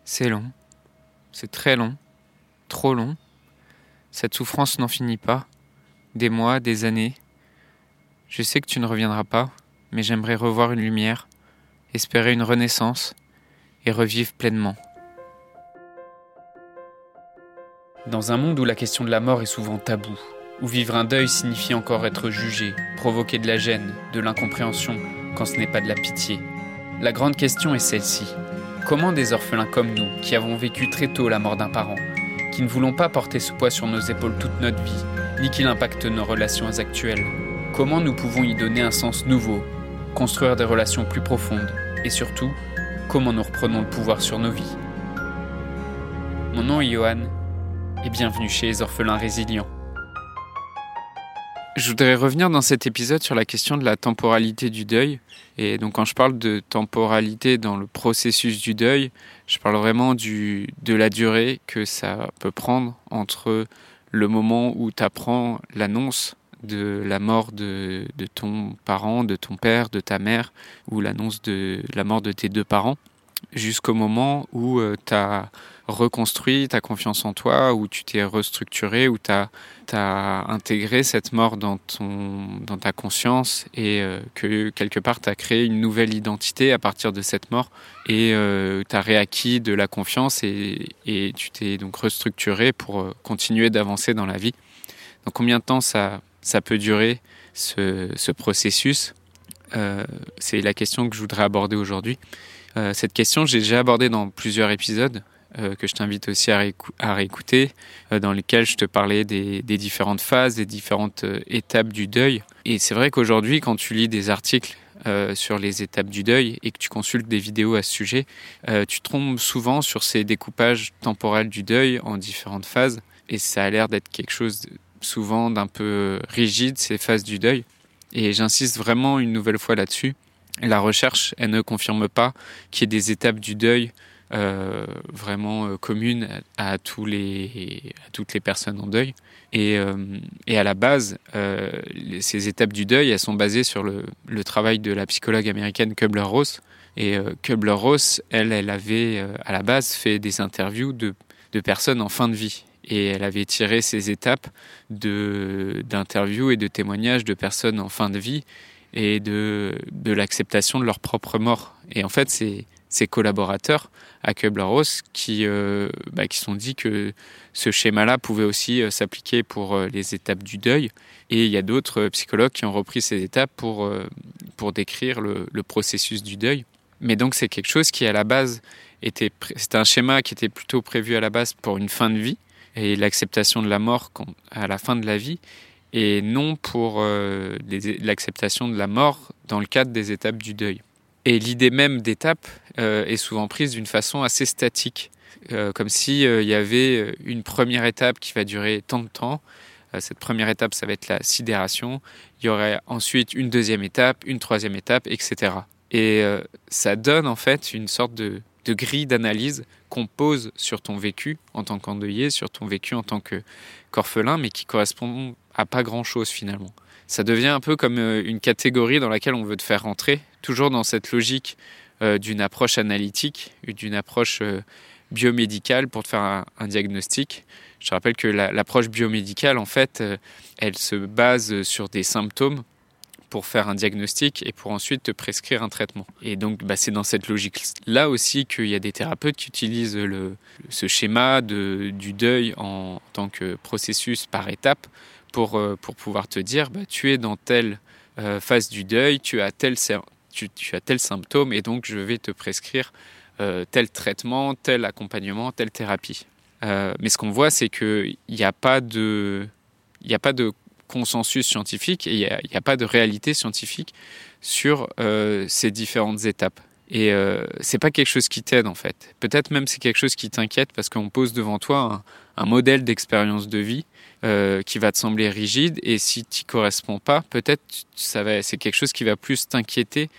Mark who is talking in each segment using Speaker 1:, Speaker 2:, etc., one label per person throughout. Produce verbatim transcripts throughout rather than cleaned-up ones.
Speaker 1: C'est long, c'est très long, trop long. Cette souffrance n'en finit pas, des mois, des années. Je sais que tu ne reviendras pas, mais j'aimerais revoir une lumière, espérer une renaissance et revivre pleinement. Dans un monde où la question de la mort est souvent taboue, où vivre un deuil signifie encore être jugé, provoquer de la gêne, de l'incompréhension, quand ce n'est pas de la pitié, la grande question est celle-ci. Comment des orphelins comme nous, qui avons vécu très tôt la mort d'un parent, qui ne voulons pas porter ce poids sur nos épaules toute notre vie, ni qu'il impacte nos relations actuelles, comment nous pouvons y donner un sens nouveau, construire des relations plus profondes, et surtout, comment nous reprenons le pouvoir sur nos vies. Mon nom est Johan, et bienvenue chez les Orphelins Résilients. Je voudrais revenir dans cet épisode sur la question de la temporalité du deuil. Et donc quand je parle de temporalité dans le processus du deuil, je parle vraiment du, de la durée que ça peut prendre entre le moment où tu apprends l'annonce de la mort de, de ton parent, de ton père, de ta mère, ou l'annonce de la mort de tes deux parents, jusqu'au moment où euh, tu as reconstruit ta confiance en toi, où tu t'es restructuré, où tu as intégré cette mort dans, ton, dans ta conscience et euh, que quelque part tu as créé une nouvelle identité à partir de cette mort et euh, tu as réacquis de la confiance et, et tu t'es donc restructuré pour euh, continuer d'avancer dans la vie. Donc combien de temps ça, ça peut durer ce, ce processus euh, c'est la question que je voudrais aborder aujourd'hui. Euh, cette question, j'ai déjà abordée dans plusieurs épisodes euh, que je t'invite aussi à, réécou- à réécouter, euh, dans lesquels je te parlais des, des différentes phases, des différentes euh, étapes du deuil. Et c'est vrai qu'aujourd'hui, quand tu lis des articles euh, sur les étapes du deuil et que tu consultes des vidéos à ce sujet, euh, tu tombes souvent sur ces découpages temporels du deuil en différentes phases. Et ça a l'air d'être quelque chose de, souvent d'un peu rigide, ces phases du deuil. Et j'insiste vraiment une nouvelle fois là-dessus. La recherche, elle ne confirme pas qu'il y ait des étapes du deuil euh, vraiment euh, communes à, à, tous les, à toutes les personnes en deuil. Et, euh, et à la base, euh, les, ces étapes du deuil, elles sont basées sur le, le travail de la psychologue américaine Kübler-Ross. Et euh, Kübler-Ross, elle, elle avait euh, à la base fait des interviews de, de personnes en fin de vie. Et elle avait tiré ces étapes de, d'interviews et de témoignages de personnes en fin de vie et de, de l'acceptation de leur propre mort. Et en fait, c'est ces collaborateurs à Kübler-Ross qui euh, bah, qui sont dit que ce schéma-là pouvait aussi euh, s'appliquer pour euh, les étapes du deuil. Et il y a d'autres euh, psychologues qui ont repris ces étapes pour, euh, pour décrire le, le processus du deuil. Mais donc, c'est quelque chose qui, à la base, était... Pré- c'était un schéma qui était plutôt prévu à la base pour une fin de vie et l'acceptation de la mort à la fin de la vie, et non pour euh, les, l'acceptation de la mort dans le cadre des étapes du deuil. Et l'idée même d'étape euh, est souvent prise d'une façon assez statique, euh, comme s'il euh, y avait une première étape qui va durer tant de temps. Euh, cette première étape, ça va être la sidération. Il y aurait ensuite une deuxième étape, une troisième étape, et cetera. Et euh, ça donne en fait une sorte de, de grille d'analyse qu'on pose sur ton vécu en tant qu'endeuillé, sur ton vécu en tant que, qu'orphelin, mais qui correspond à pas grand-chose finalement. Ça devient un peu comme une catégorie dans laquelle on veut te faire rentrer, toujours dans cette logique euh, d'une approche analytique, d'une approche euh, biomédicale pour te faire un, un diagnostic. Je te rappelle que la, l'approche biomédicale, en fait, euh, elle se base sur des symptômes pour faire un diagnostic et pour ensuite te prescrire un traitement. Et donc, bah, c'est dans cette logique-là aussi qu'il y a des thérapeutes qui utilisent le, ce schéma de, du deuil en tant que processus par étape pour, euh, pour pouvoir te dire, bah, tu es dans telle euh, phase du deuil, tu as tel, tu, tu as tel symptôme et donc je vais te prescrire euh, tel traitement, tel accompagnement, telle thérapie. Euh, mais ce qu'on voit, c'est qu'il n'y a pas de... Il n'y a pas de consensus scientifique et il n'y a, a pas de réalité scientifique sur euh, ces différentes étapes. Et euh, c'est pas quelque chose qui t'aide en fait. Peut-être même c'est quelque chose qui t'inquiète parce qu'on pose devant toi un, un modèle d'expérience de vie euh, qui va te sembler rigide et si tu n'y corresponds pas, peut-être ça va, c'est quelque chose qui va plus t'inquiéter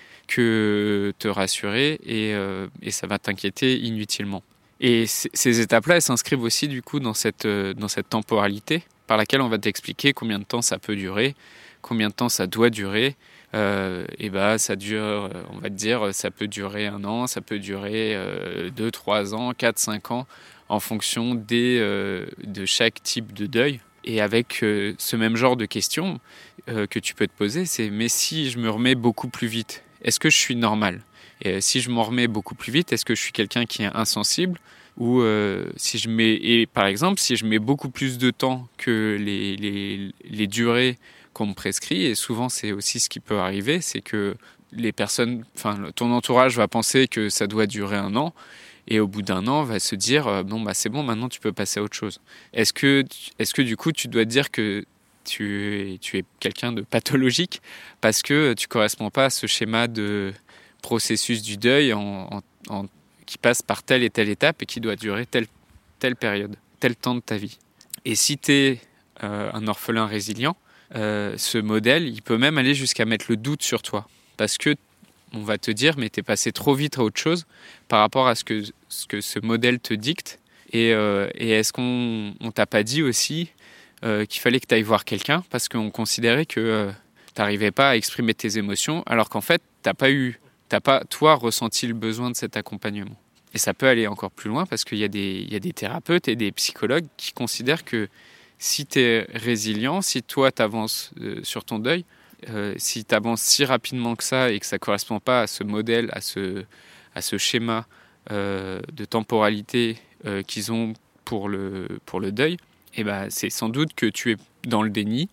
Speaker 1: que te rassurer et, euh, et ça va t'inquiéter inutilement. Et c- ces étapes-là, elles s'inscrivent aussi du coup dans cette, euh, dans cette temporalité par laquelle on va t'expliquer combien de temps ça peut durer, combien de temps ça doit durer, euh, et bah, ça dure, on va te dire, ça peut durer un an, ça peut durer euh, deux, trois ans, quatre, cinq ans, en fonction des, euh, de chaque type de deuil. Et avec euh, ce même genre de questions euh, que tu peux te poser, c'est mais si je me remets beaucoup plus vite, est-ce que je suis normal ? Et euh, si je m'en remets beaucoup plus vite, est-ce que je suis quelqu'un qui est insensible ? Ou euh, si je mets, et par exemple, si je mets beaucoup plus de temps que les, les, les durées qu'on me prescrit, et souvent c'est aussi ce qui peut arriver, c'est que les personnes, enfin ton entourage va penser que ça doit durer un an, et au bout d'un an va se dire euh, bon bah c'est bon, maintenant tu peux passer à autre chose. Est-ce que, est-ce que du coup tu dois te dire que tu es, tu es quelqu'un de pathologique parce que tu corresponds pas à ce schéma de processus du deuil en, en, en qui passe par telle et telle étape et qui doit durer telle, telle période, tel temps de ta vie. Et si tu es euh, un orphelin résilient, euh, ce modèle, il peut même aller jusqu'à mettre le doute sur toi. Parce que on va te dire, mais tu es passé trop vite à autre chose par rapport à ce que ce, que ce modèle te dicte. Et, euh, et est-ce qu'on ne t'a pas dit aussi euh, qu'il fallait que tu ailles voir quelqu'un parce qu'on considérait que euh, tu n'arrivais pas à exprimer tes émotions alors qu'en fait, tu n'as pas eu T'as pas, toi, ressenti le besoin de cet accompagnement. Et ça peut aller encore plus loin parce qu'il y a des, il y a des thérapeutes et des psychologues qui considèrent que si tu es résilient, si toi, tu avances euh, sur ton deuil, euh, si tu avances si rapidement que ça et que ça ne correspond pas à ce modèle, à ce, à ce schéma euh, de temporalité euh, qu'ils ont pour le, pour le deuil, eh ben, c'est sans doute que tu es dans le déni.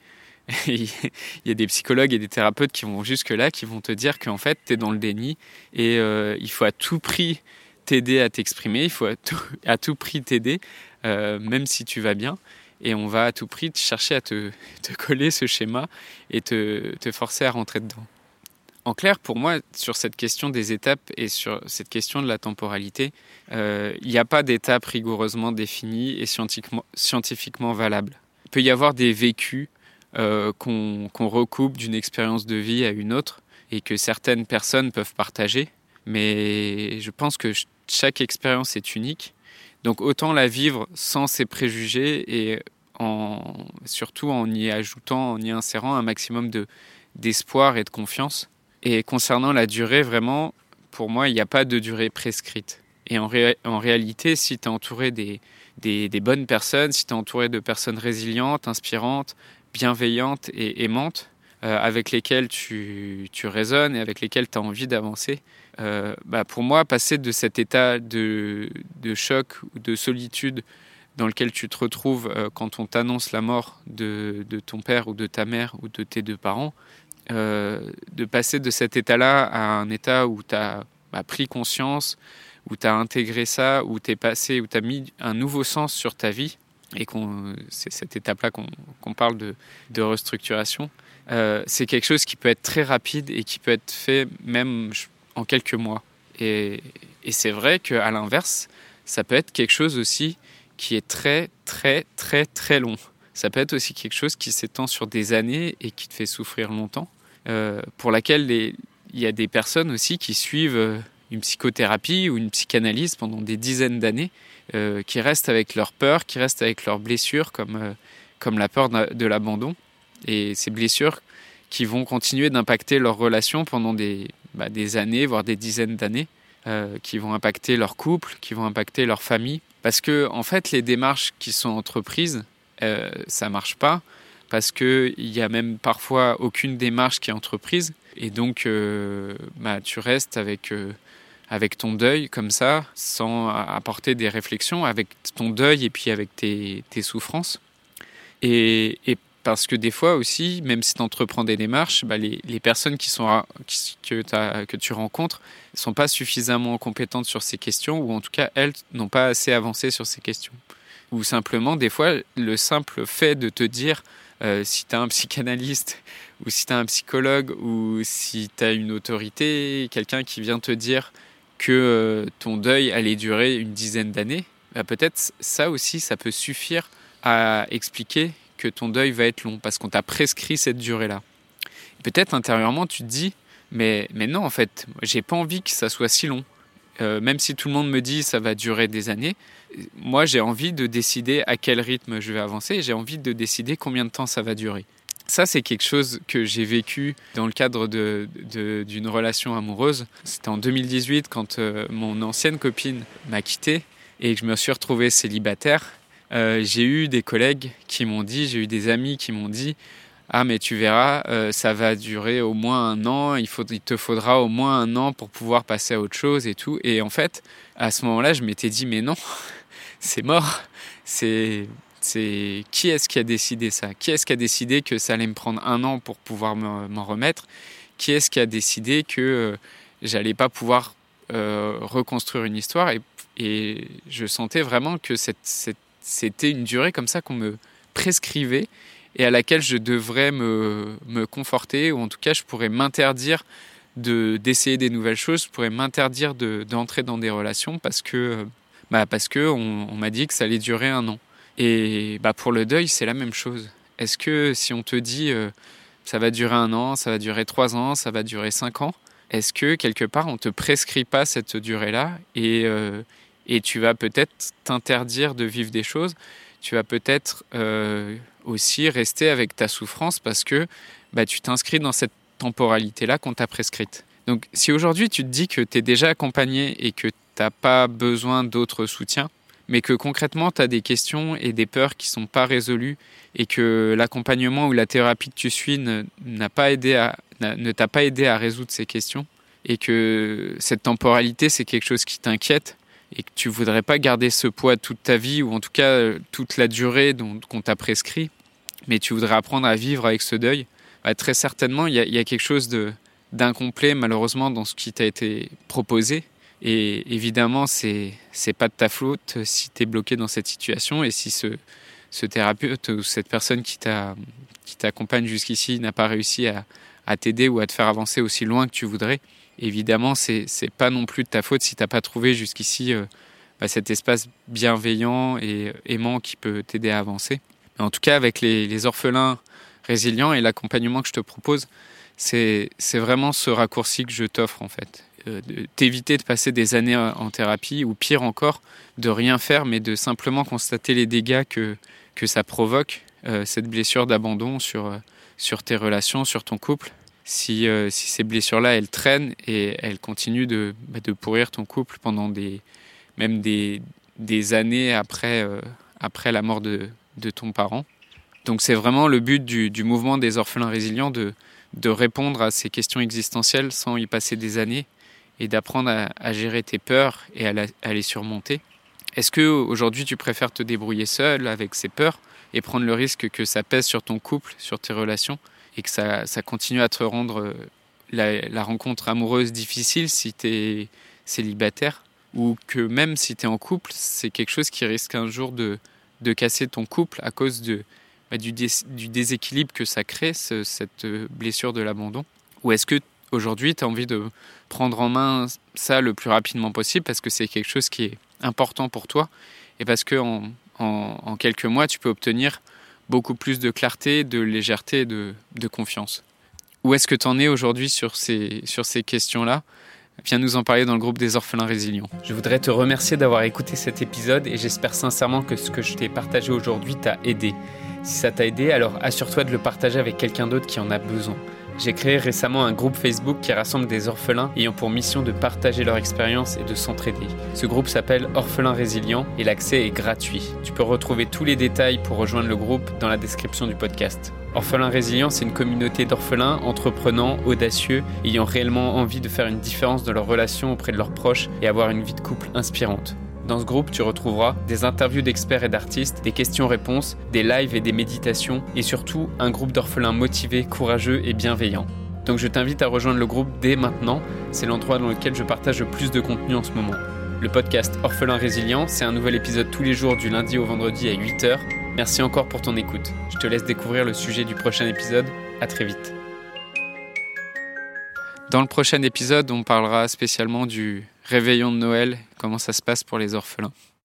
Speaker 1: Il y a des psychologues et des thérapeutes qui vont jusque-là, qui vont te dire qu'en fait, tu es dans le déni et euh, il faut à tout prix t'aider à t'exprimer, il faut à tout, à tout prix t'aider, euh, même si tu vas bien. Et on va à tout prix chercher à te, te coller ce schéma et te, te forcer à rentrer dedans. En clair, pour moi, sur cette question des étapes et sur cette question de la temporalité, euh, il n'y a pas d'étape rigoureusement définie et scientifiquement, scientifiquement valable. Il peut y avoir des vécus Euh, qu'on, qu'on recoupe d'une expérience de vie à une autre et que certaines personnes peuvent partager. Mais je pense que chaque expérience est unique. Donc autant la vivre sans ses préjugés et en, surtout en y ajoutant, en y insérant un maximum de, d'espoir et de confiance. Et concernant la durée, vraiment, pour moi, il n'y a pas de durée prescrite. Et en, ré, en réalité, si tu es entouré des, des, des bonnes personnes, si tu es entouré de personnes résilientes, inspirantes, bienveillantes et aimantes, euh, avec lesquelles tu, tu résonnes et avec lesquelles tu as envie d'avancer, euh, bah pour moi, passer de cet état de, de choc ou de solitude dans lequel tu te retrouves euh, quand on t'annonce la mort de, de ton père ou de ta mère ou de tes deux parents, euh, de passer de cet état-là à un état où tu as bah, pris conscience, où tu as intégré ça, où tu es passé, où tu as mis un nouveau sens sur ta vie, et qu'on, c'est cette étape-là qu'on, qu'on parle de, de restructuration, euh, c'est quelque chose qui peut être très rapide et qui peut être fait même en quelques mois. Et, et c'est vrai qu'à l'inverse, ça peut être quelque chose aussi qui est très, très, très, très long. Ça peut être aussi quelque chose qui s'étend sur des années et qui te fait souffrir longtemps, euh, pour laquelle les, il y a des personnes aussi qui suivent une psychothérapie ou une psychanalyse pendant des dizaines d'années, Euh, qui restent avec leurs peurs, qui restent avec leurs blessures, comme, euh, comme la peur de l'abandon. Et ces blessures qui vont continuer d'impacter leurs relations pendant des, bah, des années, voire des dizaines d'années, euh, qui vont impacter leur couple, qui vont impacter leur famille. Parce que, en fait, les démarches qui sont entreprises, euh, ça ne marche pas, parce qu'il y a même parfois aucune démarche qui est entreprise. Et donc, euh, bah, tu restes avec... Euh, avec ton deuil comme ça, sans apporter des réflexions, avec ton deuil et puis avec tes, tes souffrances. Et, et parce que des fois aussi, même si tu entreprends des démarches, bah les, les personnes qui sont, qui, que, t'as, que tu rencontres ne sont pas suffisamment compétentes sur ces questions, ou en tout cas, elles n'ont pas assez avancé sur ces questions. Ou simplement, des fois, le simple fait de te dire, euh, si tu as un psychanalyste, ou si tu as un psychologue, ou si tu as une autorité, quelqu'un qui vient te dire que euh, ton deuil allait durer une dizaine d'années, bah peut-être ça aussi, ça peut suffire à expliquer que ton deuil va être long, parce qu'on t'a prescrit cette durée-là. Et peut-être intérieurement, tu te dis, mais, mais non, en fait, j'ai pas envie que ça soit si long. Euh, même si tout le monde me dit ça va durer des années, moi j'ai envie de décider à quel rythme je vais avancer, j'ai envie de décider combien de temps ça va durer. Ça, c'est quelque chose que j'ai vécu dans le cadre de, de, d'une relation amoureuse. C'était en deux mille dix-huit quand euh, mon ancienne copine m'a quitté et que je me suis retrouvé célibataire. Euh, j'ai eu des collègues qui m'ont dit, j'ai eu des amis qui m'ont dit « Ah mais tu verras, euh, ça va durer au moins un an, il, faut, il te faudra au moins un an pour pouvoir passer à autre chose et tout. » Et en fait, à ce moment-là, je m'étais dit « Mais non, c'est mort, c'est... » C'est qui est-ce qui a décidé ça ? Qui est-ce qui a décidé que ça allait me prendre un an pour pouvoir me, m'en remettre ? Qui est-ce qui a décidé que euh, j'allais pas pouvoir euh, reconstruire une histoire ? et, et je sentais vraiment que cette, cette, c'était une durée comme ça qu'on me prescrivait et à laquelle je devrais me, me conforter, ou en tout cas je pourrais m'interdire de, d'essayer des nouvelles choses, je pourrais m'interdire de, d'entrer dans des relations parce que, bah parce que on, on m'a dit que ça allait durer un an. Et bah pour le deuil, c'est la même chose. Est-ce que si on te dit euh, ça va durer un an, ça va durer trois ans, ça va durer cinq ans, est-ce que quelque part on ne te prescrit pas cette durée-là et, euh, et tu vas peut-être t'interdire de vivre des choses, tu vas peut-être euh, aussi rester avec ta souffrance parce que bah, tu t'inscris dans cette temporalité-là qu'on t'a prescrite. Donc si aujourd'hui tu te dis que tu es déjà accompagné et que tu n'as pas besoin d'autres soutiens, mais que concrètement, tu as des questions et des peurs qui ne sont pas résolues et que l'accompagnement ou la thérapie que tu suis ne, n'a pas aidé à, ne t'a pas aidé à résoudre ces questions et que cette temporalité, c'est quelque chose qui t'inquiète et que tu ne voudrais pas garder ce poids toute ta vie ou en tout cas toute la durée dont, qu'on t'a prescrit, mais tu voudrais apprendre à vivre avec ce deuil, bah, très certainement, il y a, y a quelque chose de, d'incomplet malheureusement dans ce qui t'a été proposé. Et évidemment, c'est c'est pas de ta faute si tu es bloqué dans cette situation et si ce, ce thérapeute ou cette personne qui, t'a, qui t'accompagne jusqu'ici n'a pas réussi à, à t'aider ou à te faire avancer aussi loin que tu voudrais. Évidemment, c'est c'est pas non plus de ta faute si tu n'as pas trouvé jusqu'ici euh, bah, cet espace bienveillant et aimant qui peut t'aider à avancer. Mais en tout cas, avec les, les orphelins résilients et l'accompagnement que je te propose, c'est, c'est vraiment ce raccourci que je t'offre en fait. De t'éviter de passer des années en thérapie ou pire encore, de rien faire mais de simplement constater les dégâts que, que ça provoque, euh, cette blessure d'abandon sur, euh, sur tes relations, sur ton couple. Si, euh, si ces blessures-là, elles traînent et elles continuent de, bah, de pourrir ton couple pendant des, même des, des années après, euh, après la mort de, de ton parent. Donc c'est vraiment le but du, du mouvement des orphelins résilients de, de répondre à ces questions existentielles sans y passer des années et d'apprendre à, à gérer tes peurs et à, la, à les surmonter. Est-ce qu'aujourd'hui, tu préfères te débrouiller seul avec ces peurs et prendre le risque que ça pèse sur ton couple, sur tes relations, et que ça, ça continue à te rendre la, la rencontre amoureuse difficile si tu es célibataire, ou que même si tu es en couple, c'est quelque chose qui risque un jour de, de casser ton couple à cause de, bah, du, dés, du déséquilibre que ça crée, ce, cette blessure de l'abandon? Ou est-ce que aujourd'hui, tu as envie de prendre en main ça le plus rapidement possible parce que c'est quelque chose qui est important pour toi et parce qu'en en, en quelques mois, tu peux obtenir beaucoup plus de clarté, de légèreté et de, de confiance. Où est-ce que tu en es aujourd'hui sur ces, sur ces questions-là ? Viens nous en parler dans le groupe des orphelins résilients. Je voudrais te remercier d'avoir écouté cet épisode et j'espère sincèrement que ce que je t'ai partagé aujourd'hui t'a aidé. Si ça t'a aidé, alors assure-toi de le partager avec quelqu'un d'autre qui en a besoin. J'ai créé récemment un groupe Facebook qui rassemble des orphelins ayant pour mission de partager leur expérience et de s'entraider. Ce groupe s'appelle Orphelins Résilients et l'accès est gratuit. Tu peux retrouver tous les détails pour rejoindre le groupe dans la description du podcast. Orphelins Résilients, c'est une communauté d'orphelins entreprenants, audacieux, ayant réellement envie de faire une différence dans leurs relations auprès de leurs proches et avoir une vie de couple inspirante. Dans ce groupe, tu retrouveras des interviews d'experts et d'artistes, des questions-réponses, des lives et des méditations, et surtout un groupe d'orphelins motivés, courageux et bienveillants. Donc je t'invite à rejoindre le groupe dès maintenant, c'est l'endroit dans lequel je partage le plus de contenu en ce moment. Le podcast Orphelins Résilients, c'est un nouvel épisode tous les jours du lundi au vendredi à huit heures. Merci encore pour ton écoute. Je te laisse découvrir le sujet du prochain épisode. À très vite. Dans le prochain épisode, on parlera spécialement du réveillon de Noël, comment ça se passe pour les orphelins.